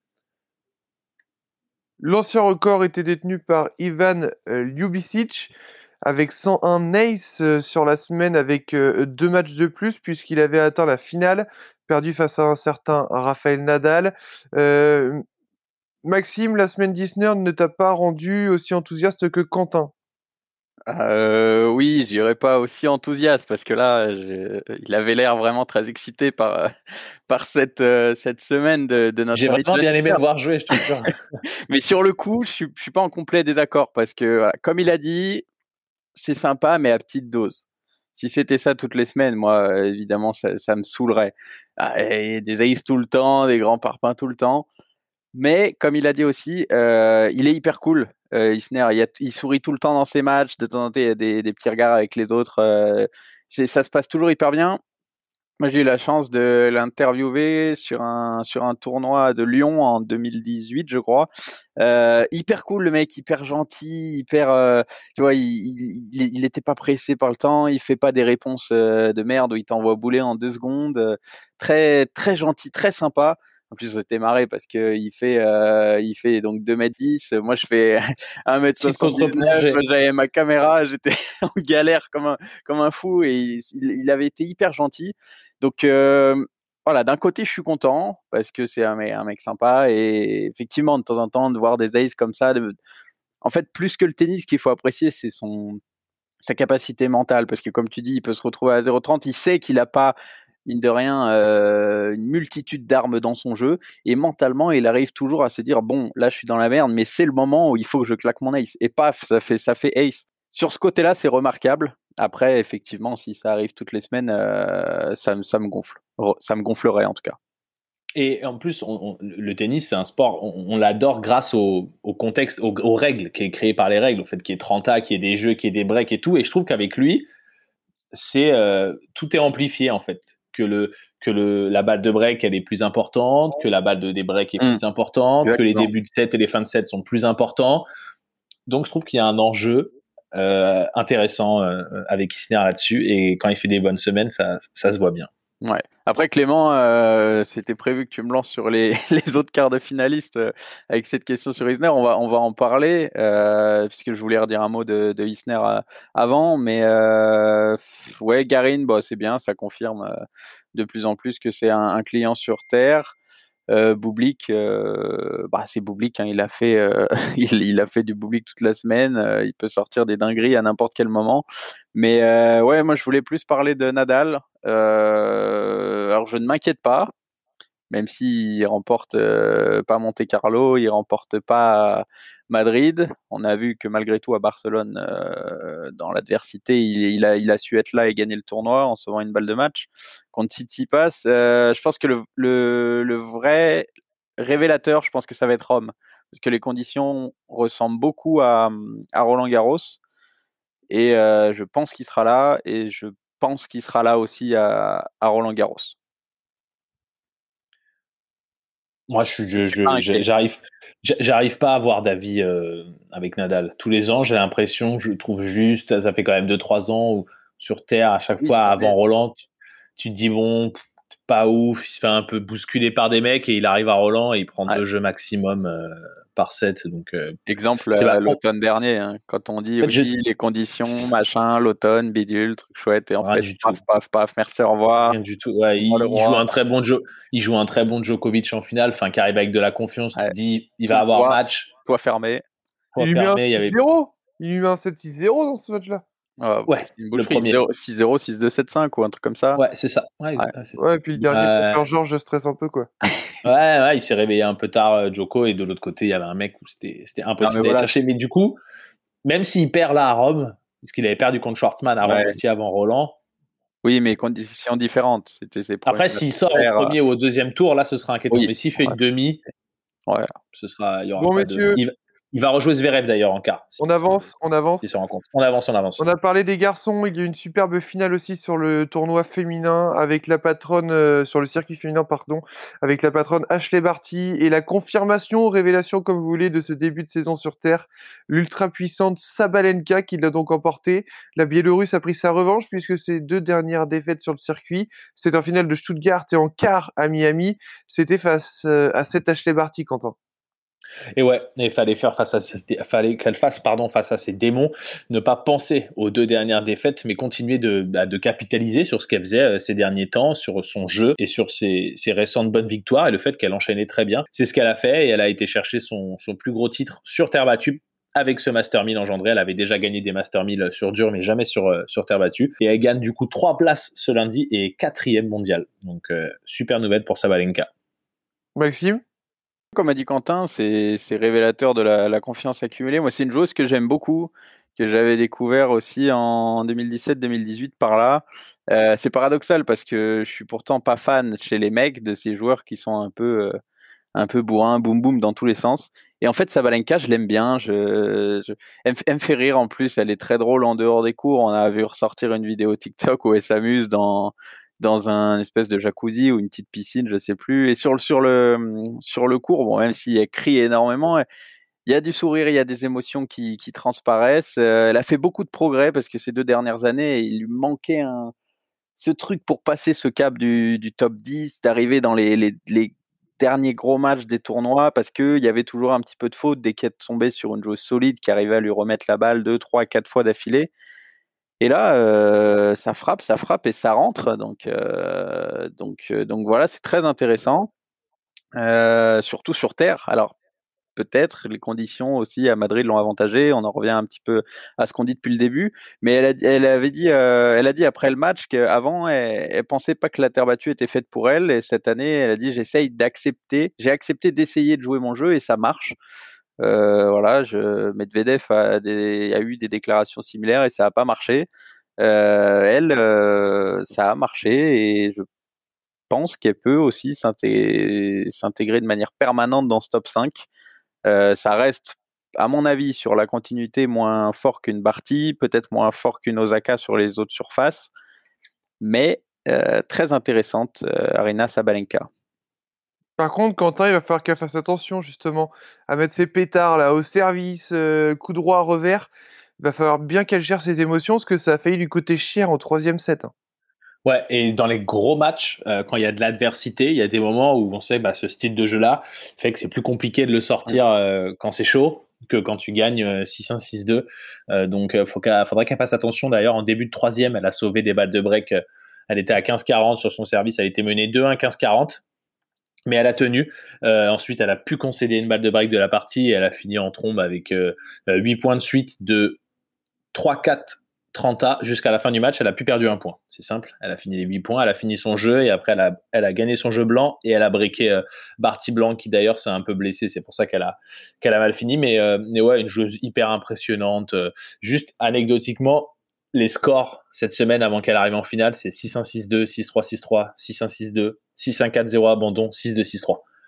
L'ancien record était détenu par Ivan euh, Ljubicic avec cent un aces euh, sur la semaine avec euh, deux matchs de plus puisqu'il avait atteint la finale, perdu face à un certain Rafael Nadal. Euh, Maxime, la semaine d'Isner ne t'a pas rendu aussi enthousiaste que Quentin? Euh, oui, j'irais pas aussi enthousiaste parce que là, je... il avait l'air vraiment très excité par, par cette, euh, cette semaine de, de notre J'ai vraiment bien aimé le voir jouer, je te jure. Mais sur le coup, je suis, je suis pas en complet désaccord parce que, voilà, comme il a dit, c'est sympa, mais à petite dose. Si c'était ça toutes les semaines, moi, évidemment, ça, ça me saoulerait. Ah, et des aces tout le temps, des grands parpaings tout le temps. Mais comme il a dit aussi, euh, il est hyper cool. Euh, Isner, il, a, il sourit tout le temps dans ses matchs. De temps en temps, il y a des, des petits regards avec les autres. Euh, c'est, ça se passe toujours hyper bien. Moi, j'ai eu la chance de l'interviewer sur un, sur un tournoi de Lyon en deux mille dix-huit, je crois. Euh, hyper cool, le mec, hyper gentil, hyper, euh, tu vois, il, il, il était pas pressé par le temps, il fait pas des réponses euh, de merde où il t'envoie bouler en deux secondes. Euh, très, très gentil, très sympa. En plus, c'était marré parce que il fait, euh, il fait donc deux mètres dix. Moi, je fais un mètre soixante-dix-neuf. J'avais ma caméra, j'étais en galère comme un, comme un fou et il, il avait été hyper gentil. Donc, euh, voilà, d'un côté, je suis content parce que c'est un mec, un mec sympa et effectivement, de temps en temps, de voir des aces comme ça, de... en fait, plus que le tennis, ce qu'il faut apprécier, c'est son, sa capacité mentale parce que, comme tu dis, il peut se retrouver à zéro trente, il sait qu'il n'a pas, mine de rien, euh, une multitude d'armes dans son jeu et mentalement, il arrive toujours à se dire, bon, là, je suis dans la merde, mais c'est le moment où il faut que je claque mon ace et paf, ça fait, ça fait ace. Sur ce côté-là, c'est remarquable. Après, effectivement, si ça arrive toutes les semaines, euh, ça, ça me gonfle. Ça me gonflerait en tout cas. Et en plus, on, on, le tennis, c'est un sport, on, on l'adore grâce au, au contexte, aux, aux règles, qui est créé par les règles, au fait qu'il y ait trente A, qu'il y ait des jeux, qu'il y ait des breaks et tout. Et je trouve qu'avec lui, c'est euh, tout est amplifié en fait. Que le que le la balle de break elle est plus importante, que la balle de des breaks est mmh. plus importante, Exactement. Que les débuts de set et les fins de set sont plus importants. Donc je trouve qu'il y a un enjeu euh, intéressant euh, avec Isner là-dessus et quand il fait des bonnes semaines, ça ça se voit bien. Ouais. Après Clément, euh, c'était prévu que tu me lances sur les, les autres quarts de finalistes euh, avec cette question sur Isner. On va on va en parler euh, puisque je voulais redire un mot de, de Isner euh, avant, mais euh, ouais, Garin, bah c'est bien, ça confirme euh, de plus en plus que c'est un, un client sur terre. Euh, Bublik, euh, bah c'est Bublik, hein, il a fait, euh, il, il a fait du Bublik toute la semaine. Euh, il peut sortir des dingueries à n'importe quel moment. Mais euh, ouais, moi je voulais plus parler de Nadal. Euh, alors je ne m'inquiète pas, même s'il remporte euh, pas Monte Carlo, il remporte pas Madrid. On a vu que malgré tout à Barcelone, euh, dans l'adversité, il, il, a, il a su être là et gagner le tournoi en sauvant une balle de match. Contre Tsitsipas, euh, je pense que le, le, le vrai révélateur, je pense que ça va être Rome. parce que les conditions ressemblent beaucoup à, à Roland Garros. Et euh, je pense qu'il sera là, et je pense qu'il sera là aussi à, à Roland Garros. Moi, je, je, je, je j'arrive, j'arrive pas à avoir d'avis euh, avec Nadal. Tous les ans, j'ai l'impression, je trouve juste, ça fait quand même deux trois ans où sur terre, à chaque oui, fois avant Roland, tu, tu te dis bon, pas ouf, il se fait un peu bousculer par des mecs et il arrive à Roland et il prend ouais. deux jeux maximum euh, par set. Donc, euh, exemple euh, l'automne dernier, hein, quand on dit en fait, oui, je... les conditions, machin, l'automne, bidule, truc chouette, et en Rien fait, paf, paf, paf, merci, au revoir. Rien du tout. Ouais, il, il joue un très bon jo- il joue un très bon Djokovic en finale, enfin, qui arrive avec de la confiance. Ouais. Tu te dis, il tout va avoir toi, match. Toi fermé. Toi il, fermé, lui il, avait... il lui met un sept six zéro dans ce match-là. Euh, ouais, c'est une le premier. six zéro, six deux, sept cinq ou un truc comme ça. Ouais, c'est ça. Ouais, ouais. C'est ouais, et puis le dernier, euh... pour Georges, je stresse un peu, quoi. ouais, ouais, il s'est réveillé un peu tard, Djoko, et de l'autre côté, il y avait un mec où c'était, c'était impossible d'aller voilà. chercher. Mais du coup, même s'il perd là à Rome, parce qu'il avait perdu contre Schwartzmann à Rome ouais. aussi avant Roland. Oui, mais conditions différentes. C'était ses Après, s'il sort au premier ou au deuxième tour, là, ce sera inquiétant. Oui. Mais s'il fait ouais. une demi, ouais. ce sera, il y aura bon, pas messieurs. de... Il va, il va rejouer Zverev d'ailleurs en quart. Si on avance, on avance. Ils se rencontrent. On avance, on avance. On a parlé des garçons. Il y a une superbe finale aussi sur le tournoi féminin avec la patronne, euh, sur le circuit féminin, pardon, avec la patronne Ashley Barty et la confirmation, révélation comme vous voulez, de ce début de saison sur Terre, l'ultra puissante Sabalenka qui l'a donc emporté. La Biélorusse a pris sa revanche puisque ses deux dernières défaites sur le circuit, c'était en finale de Stuttgart et en quart à Miami. C'était face euh, à cette Ashley Barty, Quentin. Et ouais, il fallait faire face à ces, fallait qu'elle fasse pardon face à ces démons, ne pas penser aux deux dernières défaites, mais continuer de, bah, de capitaliser sur ce qu'elle faisait euh, ces derniers temps, sur son jeu et sur ses, ses récentes bonnes victoires et le fait qu'elle enchaînait très bien. C'est ce qu'elle a fait et elle a été chercher son, son plus gros titre sur terre battue. Avec ce Master mille engendré, elle avait déjà gagné des Master mille sur dur, mais jamais sur, euh, sur terre battue. Et elle gagne du coup trois places ce lundi et quatrième mondial. Donc euh, super nouvelle pour Sabalenka. Maxime ? Comme a dit Quentin, c'est, c'est révélateur de la, la confiance accumulée. Moi, c'est une joueuse que j'aime beaucoup, que j'avais découvert aussi en deux mille dix-sept deux mille dix-huit par là. Euh, c'est paradoxal parce que je suis pourtant pas fan chez les mecs de ces joueurs qui sont un peu, euh, un peu bourrin, boum boum dans tous les sens. Et en fait, Sabalenka, je l'aime bien. Je, je... Elle, elle me fait rire en plus. Elle est très drôle en dehors des cours. On a vu ressortir une vidéo TikTok où elle s'amuse dans dans un espèce de jacuzzi ou une petite piscine, je sais plus. Et sur le sur le sur le court, bon, même si elle crie énormément, il y a du sourire, il y a des émotions qui qui transparaissent. Euh, elle a fait beaucoup de progrès parce que ces deux dernières années, il lui manquait un ce truc pour passer ce cap du du top dix, d'arriver dans les les les derniers gros matchs des tournois parce que il y avait toujours un petit peu de faute dès qu'elle tombait sur une joueuse solide qui arrivait à lui remettre la balle deux, trois, quatre fois d'affilée. Et là, euh, ça frappe, ça frappe et ça rentre. Donc, euh, donc, euh, donc voilà, c'est très intéressant, euh, surtout sur terre. Alors, peut-être les conditions aussi à Madrid l'ont avantagée. On en revient un petit peu à ce qu'on dit depuis le début. Mais elle, a, elle avait dit, euh, elle a dit après le match qu'avant, elle, elle pensait pas que la terre battue était faite pour elle. Et cette année, elle a dit, j'essaye d'accepter, j'ai accepté d'essayer de jouer mon jeu et ça marche. Euh, voilà, je, Medvedev a, des, a eu des déclarations similaires et ça n'a pas marché. Euh, elle, euh, ça a marché et je pense qu'elle peut aussi s'intégrer, s'intégrer de manière permanente dans ce top cinq. Euh, ça reste, à mon avis, sur la continuité, moins fort qu'une Barty, peut-être moins fort qu'une Osaka sur les autres surfaces, mais euh, très intéressante, euh, Aryna Sabalenka. Par contre, Quentin, il va falloir qu'elle fasse attention justement à mettre ses pétards là au service, euh, coup droit, revers. Il va falloir bien qu'elle gère ses émotions parce que ça a failli lui coûter cher en troisième set. Hein. Ouais, et dans les gros matchs, euh, quand il y a de l'adversité, il y a des moments où on sait bah, ce style de jeu-là fait que c'est plus compliqué de le sortir euh, quand c'est chaud que quand tu gagnes euh, six un, six deux. Euh, donc, il faudrait qu'elle fasse attention. D'ailleurs, en début de troisième, elle a sauvé des balles de break. Euh, elle était à quinze quarante sur son service. Elle était menée deux un, quinze quarante. Mais elle a tenu. Euh, ensuite, elle a pu concéder une balle de break de la partie et elle a fini en trombe avec euh, huit points de suite de trois quatre trente A jusqu'à la fin du match. Elle a plus perdu un point. C'est simple. Elle a fini les huit points. Elle a fini son jeu et après, elle a, elle a gagné son jeu blanc et elle a breaké euh, Barty Blanc qui d'ailleurs s'est un peu blessé. C'est pour ça qu'elle a, qu'elle a mal fini. Mais, euh, mais ouais, une joueuse hyper impressionnante. Euh, juste anecdotiquement, les scores cette semaine avant qu'elle arrive en finale, c'est six un, six deux, six trois, six trois, six un, six deux, six un, quatre zéro abandon, six deux, six trois.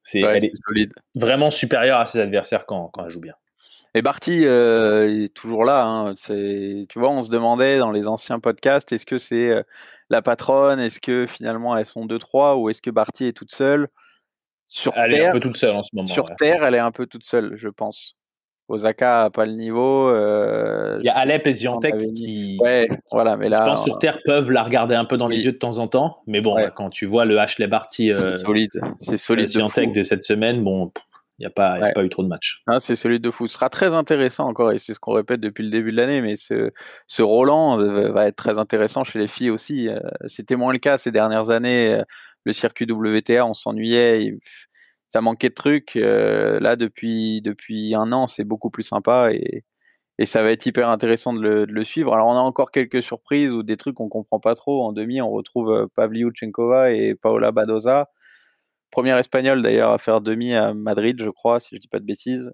C'est, Ouais, elle c'est est solide. vraiment supérieure à ses adversaires quand, quand elle joue bien. Et Barty euh, est toujours là. Hein. C'est, tu vois, on se demandait dans les anciens podcasts, est-ce que c'est euh, la patronne, est-ce que finalement elles sont deux trois, ou est-ce que Barty est toute seule sur Elle est un Terre? peu toute seule en ce moment. Sur Ouais. Terre, elle est un peu toute seule, je pense. Osaka a pas le niveau. Euh, Il y a Alep et on Swiatek avait mis- qui, Ouais, voilà, mais je là, pense, sur Terre peuvent la regarder un peu dans oui, les yeux de temps en temps. Mais bon, ouais, là, quand tu vois le Ashley Barty c'est euh, solide, c'est euh, solide de Swiatek fou. de cette semaine, bon, il n'y a, pas- y a Ouais. pas eu trop de matchs. Ah, c'est solide de fou. Ce sera très intéressant encore, et c'est ce qu'on répète depuis le début de l'année, mais ce, ce Roland euh, va être très intéressant chez les filles aussi. Euh, C'était moins le cas ces dernières années. Euh, Le circuit W T A, on s'ennuyait, il- ça manquait de trucs. Euh, Là, depuis, depuis un an, c'est beaucoup plus sympa, et, et ça va être hyper intéressant de le, de le suivre. Alors, on a encore quelques surprises ou des trucs qu'on comprend pas trop. En demi, on retrouve euh, Pavlyuchenkova et Paola Badoza. Première espagnole d'ailleurs à faire demi à Madrid, je crois, si je dis pas de bêtises.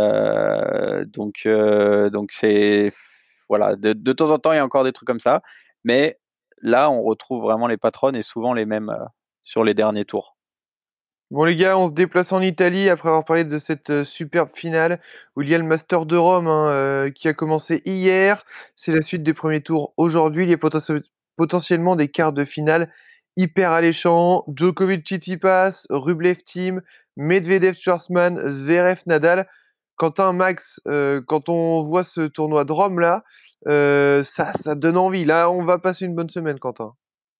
Euh, donc, euh, donc c'est voilà, de, de temps en temps il y a encore des trucs comme ça, mais là on retrouve vraiment les patronnes et souvent les mêmes euh, sur les derniers tours. Bon les gars, on se déplace en Italie après avoir parlé de cette euh, superbe finale où il y a le Master de Rome hein, euh, qui a commencé hier. C'est la suite des premiers tours aujourd'hui. Il y a poten- potentiellement des quarts de finale hyper alléchants. Djokovic, Tsitsipas, Rublev Team, Medvedev, Schwartzmann, Zverev, Nadal. Quentin, Max, euh, quand on voit ce tournoi de Rome là, euh, ça, ça donne envie. Là, on va passer une bonne semaine, Quentin.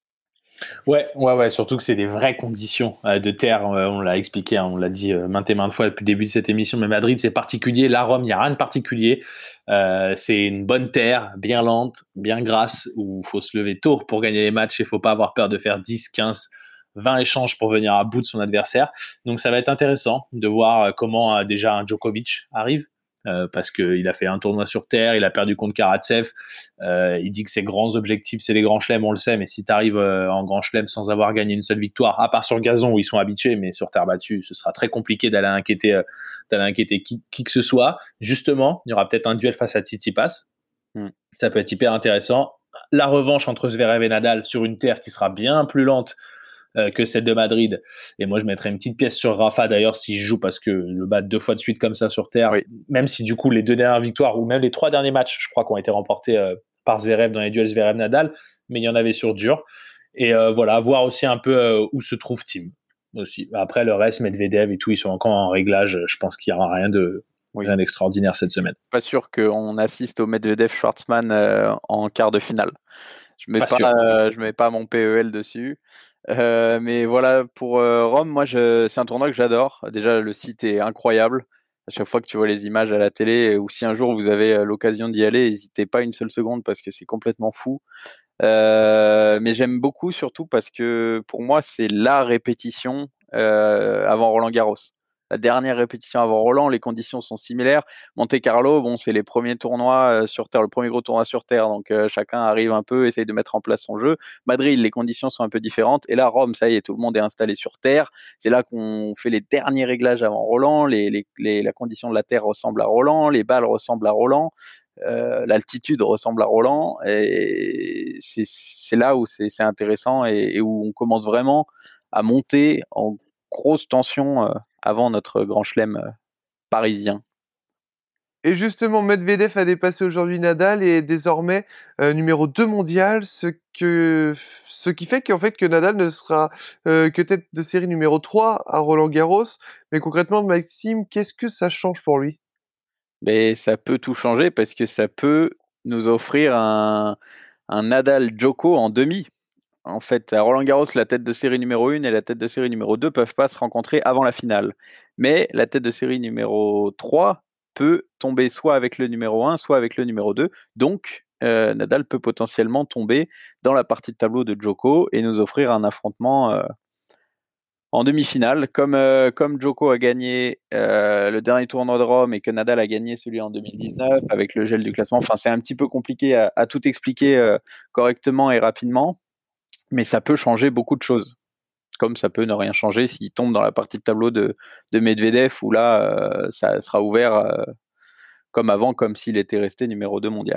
Ouais, ouais, ouais, surtout que c'est des vraies conditions euh, de terre, euh, on l'a expliqué, hein, on l'a dit euh, maintes et maintes fois depuis le début de cette émission, mais Madrid c'est particulier, la Rome, il n'y a rien de particulier, euh, c'est une bonne terre, bien lente, bien grasse, où il faut se lever tôt pour gagner les matchs, il ne faut pas avoir peur de faire dix, quinze, vingt échanges pour venir à bout de son adversaire, donc ça va être intéressant de voir euh, comment euh, déjà un Djokovic arrive, euh, parce qu'il a fait un tournoi sur terre, il a perdu contre Karatsev, euh, il dit que ses grands objectifs, c'est les grands chelems, on le sait, mais si tu arrives euh, en grand chelem sans avoir gagné une seule victoire, à part sur gazon où ils sont habitués, mais sur terre battue, ce sera très compliqué d'aller inquiéter, euh, d'aller inquiéter qui, qui que ce soit. Justement, il y aura peut-être un duel face à Tsitsipas. Mm. Ça peut être hyper intéressant. La revanche entre Zverev et Nadal sur une terre qui sera bien plus lente euh, que celle de Madrid. Et moi, je mettrais une petite pièce sur Rafa d'ailleurs s'il joue parce que le battre deux fois de suite comme ça sur terre, Oui. même si du coup les deux dernières victoires ou même les trois derniers matchs, je crois, qui ont été remportés euh, par Zverev dans les duels Zverev-Nadal, mais il y en avait sur dur. Et euh, voilà, voir aussi un peu euh, où se trouve Tim aussi. Après, le reste, Medvedev et tout, ils sont encore en réglage. Je pense qu'il n'y aura rien de Oui. rien d'extraordinaire cette semaine. Pas sûr qu'on assiste au Medvedev-Schwartzmann euh, en quart de finale. Je mets Pas pas, sûr. euh, je mets pas mon P E L dessus. Euh, mais voilà, pour euh, Rome, moi, je, c'est un tournoi que j'adore. Déjà, le site est incroyable. À chaque fois que tu vois les images à la télé, ou si un jour vous avez euh, l'occasion d'y aller, n'hésitez pas une seule seconde parce que c'est complètement fou. Euh, mais j'aime beaucoup surtout parce que pour moi, c'est la répétition euh, avant Roland-Garros. La dernière répétition avant Roland, les conditions sont similaires. Monte-Carlo, bon, c'est les premiers tournois euh, sur Terre, le premier gros tournoi sur Terre, donc euh, chacun arrive un peu, essaye de mettre en place son jeu. Madrid, les conditions sont un peu différentes. Et là, Rome, ça y est, tout le monde est installé sur Terre. C'est là qu'on fait les derniers réglages avant Roland. Les, les, les, la condition de la Terre ressemble à Roland, les balles ressemblent à Roland. Euh, l'altitude ressemble à Roland et c'est, c'est là où c'est, c'est intéressant et, et où on commence vraiment à monter en grosse tension euh, avant notre grand chelem euh, parisien. Et justement, Medvedev a dépassé aujourd'hui Nadal et est désormais euh, numéro deux mondial, ce, que, ce qui fait qu'en fait que Nadal ne sera euh, que tête de série numéro trois à Roland-Garros. Mais concrètement, Maxime, qu'est-ce que ça change pour lui? Mais ça peut tout changer parce que ça peut nous offrir un, un Nadal Djoko en demi. En fait, à Roland-Garros, la tête de série numéro un et la tête de série numéro deux peuvent pas se rencontrer avant la finale. Mais la tête de série numéro trois peut tomber soit avec le numéro un, soit avec le numéro deux. Donc, euh, Nadal peut potentiellement tomber dans la partie de tableau de Djoko et nous offrir un affrontement euh, en demi-finale. Comme, euh, comme Djoko a gagné euh, le dernier tournoi de Rome et que Nadal a gagné celui en deux mille dix-neuf avec le gel du classement. Enfin, c'est un petit peu compliqué à, à tout expliquer euh, correctement et rapidement. Mais ça peut changer beaucoup de choses. Comme ça peut ne rien changer s'il tombe dans la partie de tableau de, de Medvedev, où là, euh, ça sera ouvert euh, comme avant, comme s'il était resté numéro deux mondial.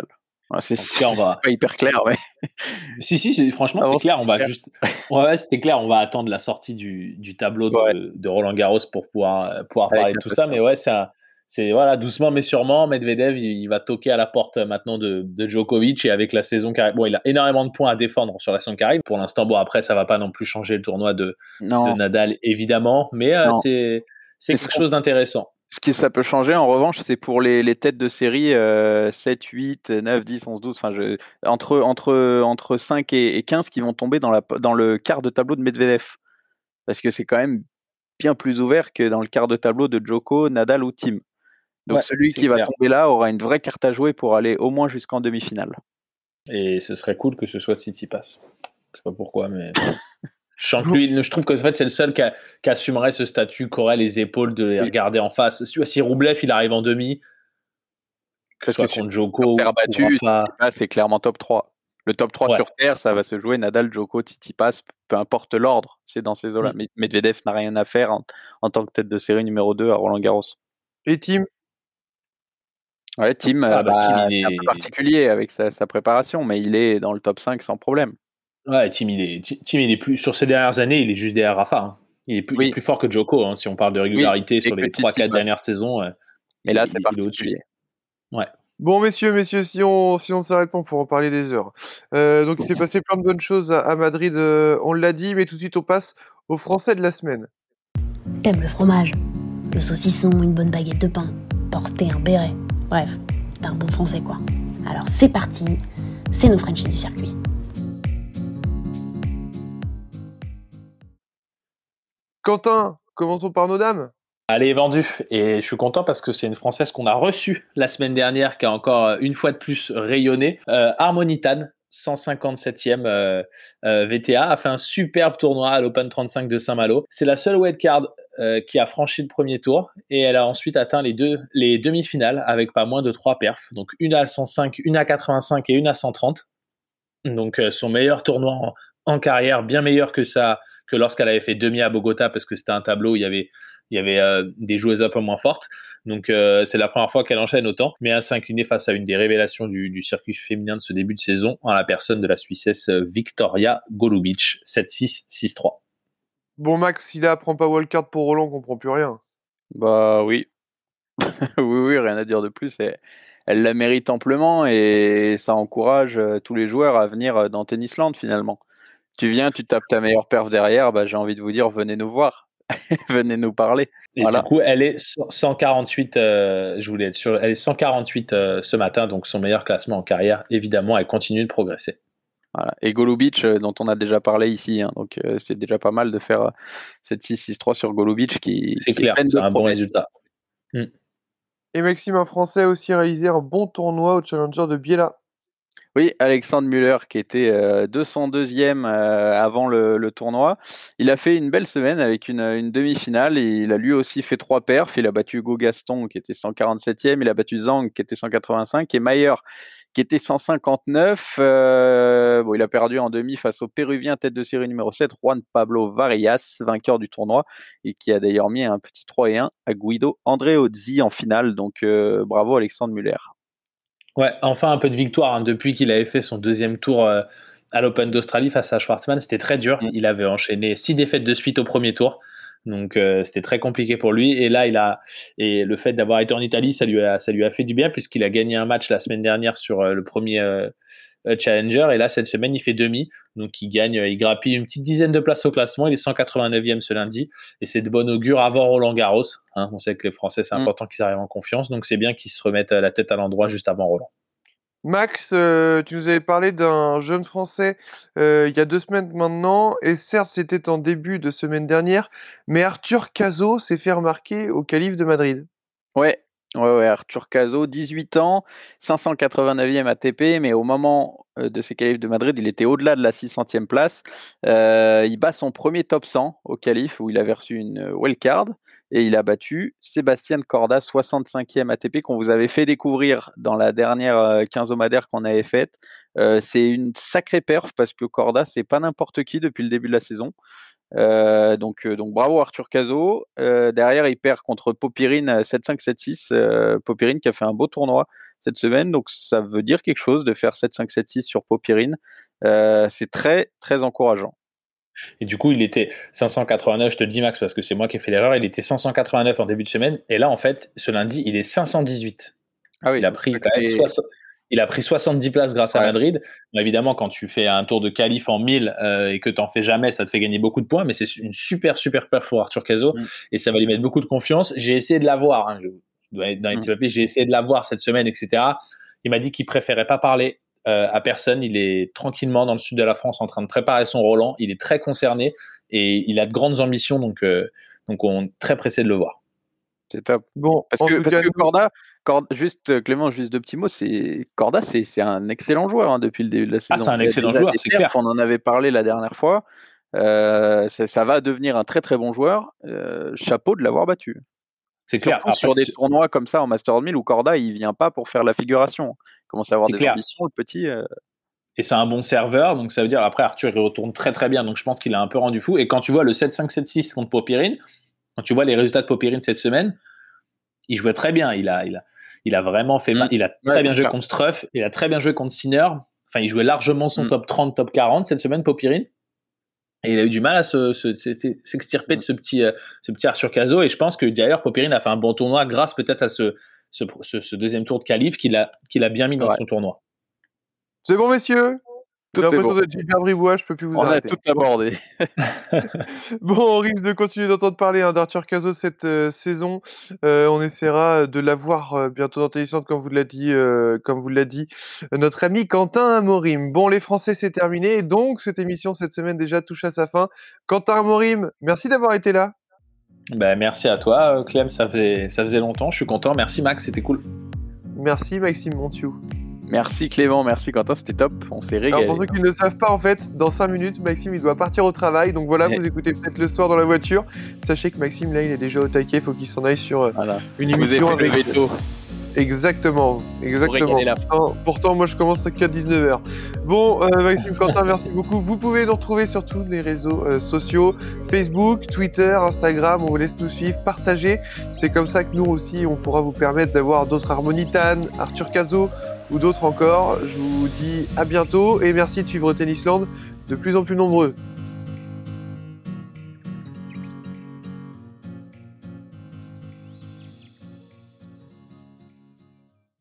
Ouais, c'est, En tout cas, on va. c'est pas hyper clair, ouais. Si, si, c'est- franchement, Ah bon, c'est clair. On va clair. juste. Ouais, ouais, c'était clair. On va attendre la sortie du, du tableau Ouais, de, de Roland Garros pour pouvoir, euh, pouvoir avec parler de tout ça. Mais impatience. ouais, ça, c'est voilà, doucement mais sûrement. Medvedev, il, il va toquer à la porte euh, maintenant de, de Djokovic et avec la saison qui arrive. Bon, il a énormément de points à défendre sur la saison qui arrive. Pour l'instant, bon, après, ça va pas non plus changer le tournoi de, de Non, Nadal, évidemment. Mais euh, non. c'est, c'est Mais ce quelque chose d'intéressant. Ce qui ça peut changer en revanche, c'est pour les, les têtes de série euh, sept, huit, neuf, dix, onze, douze, enfin je, entre, entre, entre cinq et, et quinze qui vont tomber dans, la, dans le quart de tableau de Medvedev. Parce que c'est quand même bien plus ouvert que dans le quart de tableau de Djoko, Nadal ou Thiem. Donc Ouais, celui c'est qui va clair. tomber là aura une vraie carte à jouer pour aller au moins jusqu'en demi-finale. Et ce serait cool que ce soit Tsitsipas. Je sais pas pourquoi, mais. Je sens que lui, je trouve que en fait, c'est le seul qui, a- qui assumerait ce statut, qui aurait les épaules de les Oui. regarder en face. Si, si Roublev, il arrive en demi, que ce Parce que soit sur, contre sur Djoko terre ou, ou battue, Rafa. Tsitsipas, c'est clairement top trois. Le top trois Ouais. sur terre, ça va se jouer Nadal, Djoko, Tsitsipas, peu importe l'ordre, c'est dans ces eaux-là. Mm. Mais Medvedev n'a rien à faire en, en tant que tête de série numéro deux à Roland Garros. Et Tim, Ouais, Tim, euh, Ah bah Tim, bah, il c'est un peu est. particulier avec sa, sa préparation, mais il est dans le top cinq sans problème. Ouais, Tim, il est. Ti- Tim, il est plus. Sur ces dernières années, il est juste derrière Rafa. Hein. Il, est plus, il est Oui, plus fort que Djoko, hein, si on parle de oui, régularité et sur que les trois quatre Tsitsipas. dernières saisons. euh, Mais il, là, est- c'est il, il est au-dessus. particulier. Ouais. bon messieurs, messieurs, si on si on s'arrête pas, on pourra en parler des heures. Euh, donc il s'est passé plein de bonnes choses à, à Madrid, euh, on l'a dit, mais tout de suite on passe aux Français de la semaine. T'aimes le fromage, le saucisson, une bonne baguette de pain, porter un béret. Bref, t'es un bon français quoi. Alors c'est parti, c'est nos Frenchies du circuit. Quentin, commençons par nos dames. Elle est vendue et je suis content parce que c'est une Française qu'on a reçue la semaine dernière qui a encore euh, une fois de plus rayonné. Euh, Harmony Tan, cent cinquante-septième euh, euh, V T A, a fait un superbe tournoi à l'Open trente-cinq de Saint-Malo. C'est la seule wildcard euh, qui a franchi le premier tour et elle a ensuite atteint les deux les demi-finales avec pas moins de trois perfs. Donc une à cent cinq, une à quatre-vingt-cinq et une à cent trente. Donc euh, son meilleur tournoi en, en carrière, bien meilleur que ça que lorsqu'elle avait fait demi à Bogota parce que c'était un tableau où il y avait il y avait euh, des joueuses un peu moins fortes. Donc euh, c'est la première fois qu'elle enchaîne autant, mais à s'incliner face à une des révélations du, du circuit féminin de ce début de saison, en la personne de la Suissesse Victoria Golubic, sept six, six trois. Bon Max, si là prend pas wildcard pour Roland, on comprend plus rien. Bah oui. oui, oui, rien à dire de plus. Elle, elle la mérite amplement et ça encourage euh, tous les joueurs à venir euh, dans Tennisland finalement. Tu viens, tu tapes ta meilleure perf derrière, bah, j'ai envie de vous dire, venez nous voir, venez nous parler. Et Voilà. du coup, elle est cent quarante-huit, euh, je voulais être sûr, elle est cent quarante-huit euh, ce matin, donc son meilleur classement en carrière. Évidemment, elle continue de progresser. Voilà. Et Golubic, euh, dont on a déjà parlé ici, hein, donc euh, c'est déjà pas mal de faire euh, cette six six trois sur Golubic qui, C'est qui clair, est pleine c'est de un bon promesses. résultat. Mm. Et Maxime, un Français, a aussi réalisé un bon tournoi au Challenger de Biella. Oui, Alexandre Müller qui était euh, deux cent deuxième euh, avant le, le tournoi. Il a fait une belle semaine avec une, une demi-finale. Et il a lui aussi fait trois perfs. Il a battu Hugo Gaston qui était cent quarante-septième. Il a battu Zhang qui était cent quatre-vingt-cinq et Mayer qui était cent cinquante-neuf. Euh, bon, il a perdu en demi face au Péruvien tête de série numéro sept, Juan Pablo Varillas, vainqueur du tournoi et qui a d'ailleurs mis un petit trois et un à Guido Andreozzi en finale. Donc euh, bravo Alexandre Müller. Ouais, enfin un peu de victoire hein, depuis qu'il avait fait son deuxième tour euh, à l'Open d'Australie face à Schwartzmann. C'était très dur. Mm. Il avait enchaîné six défaites de suite au premier tour. Donc euh, c'était très compliqué pour lui. Et là, il a et le fait d'avoir été en Italie, ça lui a, ça lui a fait du bien puisqu'il a gagné un match la semaine dernière sur euh, le premier euh, Challenger. Et là, cette semaine, il fait demi. Donc il gagne, il grappille une petite dizaine de places au classement. Il est cent quatre-vingt-neuvième ce lundi. Et c'est de bon augure avant Roland Garros. Hein. On sait que les Français, c'est Mm. important qu'ils arrivent en confiance. Donc c'est bien qu'ils se remettent la tête à l'endroit juste avant Roland. Max, euh, tu nous avais parlé d'un jeune Français euh, il y a deux semaines maintenant, et certes c'était en début de semaine dernière, mais Arthur Cazot s'est fait remarquer au Calife de Madrid. Ouais, ouais, ouais, Arthur Cazot, dix-huit ans, cinq cent quatre-vingt-neuvième A T P, mais au moment euh, de ses qualifs de Madrid, il était au-delà de la six centième place. Euh, il bat son premier top cent au qualif où il avait reçu une wildcard et il a battu Sébastien Corda, soixante-cinquième A T P, qu'on vous avait fait découvrir dans la dernière euh, quinzomadaire qu'on avait faite. Euh, c'est une sacrée perf parce que Corda, c'est pas n'importe qui depuis le début de la saison. Euh, donc, euh, donc bravo Arthur Cazot. Euh, derrière, il perd contre Popirine sept cinq sept six. Euh, Popirine qui a fait un beau tournoi cette semaine, donc ça veut dire quelque chose de faire sept cinq sept six sur Popirine. Euh, c'est très très encourageant. Et du coup, il était cinq cent quatre-vingt-neuf, je te le dis Max, parce que c'est moi qui ai fait l'erreur, il était cinq cent quatre-vingt-neuf en début de semaine, et là, en fait, ce lundi, il est cinq cent dix-huit. Ah oui, il, a pris quand même et... soixante, il a pris soixante-dix places grâce à ouais. Madrid. Bon, évidemment, quand tu fais un tour de qualif en mille euh, et que tu n'en fais jamais, ça te fait gagner beaucoup de points, mais c'est une super, super perf pour Arthur Cazot, mm. et ça va lui mettre beaucoup de confiance. J'ai essayé de l'avoir, hein, je dois être dans les petits papiers, j'ai essayé de l'avoir cette semaine, et cetera. Il m'a dit qu'il préférait pas parler euh, à personne, il est tranquillement dans le sud de la France en train de préparer son Roland, il est très concerné, et il a de grandes ambitions, donc, euh, donc on est très pressé de le voir. C'est top. Bon, parce que, parce que Corda, Corda, juste Clément, juste deux petits mots, c'est Corda, c'est, c'est un excellent joueur hein, depuis le début de la saison. Ah, c'est un excellent joueur, c'est clair. On en avait parlé la dernière fois. Euh, ça, ça va devenir un très très bon joueur. Euh, chapeau de l'avoir battu. C'est clair. Après, sur des tournois comme ça en Master mille où Corda, il vient pas pour faire la figuration. Il commence à avoir des clair. ambitions, le petit. Euh... Et c'est un bon serveur, donc ça veut dire après Arthur il retourne très très bien, donc je pense qu'il a un peu rendu fou. Et quand tu vois le sept cinq sept six contre Popirine, quand tu vois les résultats de Popirine cette semaine, il jouait très bien. Il a, il a, il a vraiment fait. Mmh. Il a très ouais, bien joué clair. contre Struff. Il a très bien joué contre Sinner. Enfin, il jouait largement son mmh. top trente, top quarante cette semaine, Popirine. Et il a eu du mal à se, se, se, s'extirper mmh. de ce petit, euh, ce petit Arthur Cazot. Et je pense que d'ailleurs, Popirine a fait un bon tournoi grâce peut-être à ce, ce, ce, ce deuxième tour de qualif qu'il a, qu'il a bien mis dans ouais. son tournoi. C'est bon, messieurs. J'ai l'impression bon. d'être Gilbert Bribois, je peux plus vous on arrêter. On a tout abordé. Bon, on risque de continuer d'entendre parler hein, d'Arthur Cazot cette euh, saison. Euh, on essaiera de l'avoir euh, bientôt dans Télévision, comme vous l'a dit, euh, comme vous l'a dit euh, notre ami Quentin Amorim. Bon, les Français, c'est terminé. Et donc, cette émission, cette semaine, déjà touche à sa fin. Quentin Amorim, merci d'avoir été là. Ben, merci à toi, Clem. Ça faisait, ça faisait longtemps. Je suis content. Merci, Max. C'était cool. Merci, Maxime Montiou. Merci Clément, merci Quentin, c'était top, on s'est régalé. Alors pour ceux qui ne le savent pas, en fait, dans cinq minutes, Maxime il doit partir au travail, donc voilà, ouais. vous écoutez peut-être le soir dans la voiture. Sachez que Maxime là il est déjà au taquet, il faut qu'il s'en aille sur voilà. une émission vous avec... veto. Exactement, exactement. Pourtant, pourtant, moi je commence qu'à dix-neuf heures. Bon, euh, Maxime, Quentin, merci beaucoup. Vous pouvez nous retrouver sur tous les réseaux euh, sociaux, Facebook, Twitter, Instagram, on vous laisse nous suivre, partager. C'est comme ça que nous aussi, on pourra vous permettre d'avoir d'autres Harmonitane, Arthur Cazot, ou d'autres encore. Je vous dis à bientôt et merci de suivre Tennisland de plus en plus nombreux.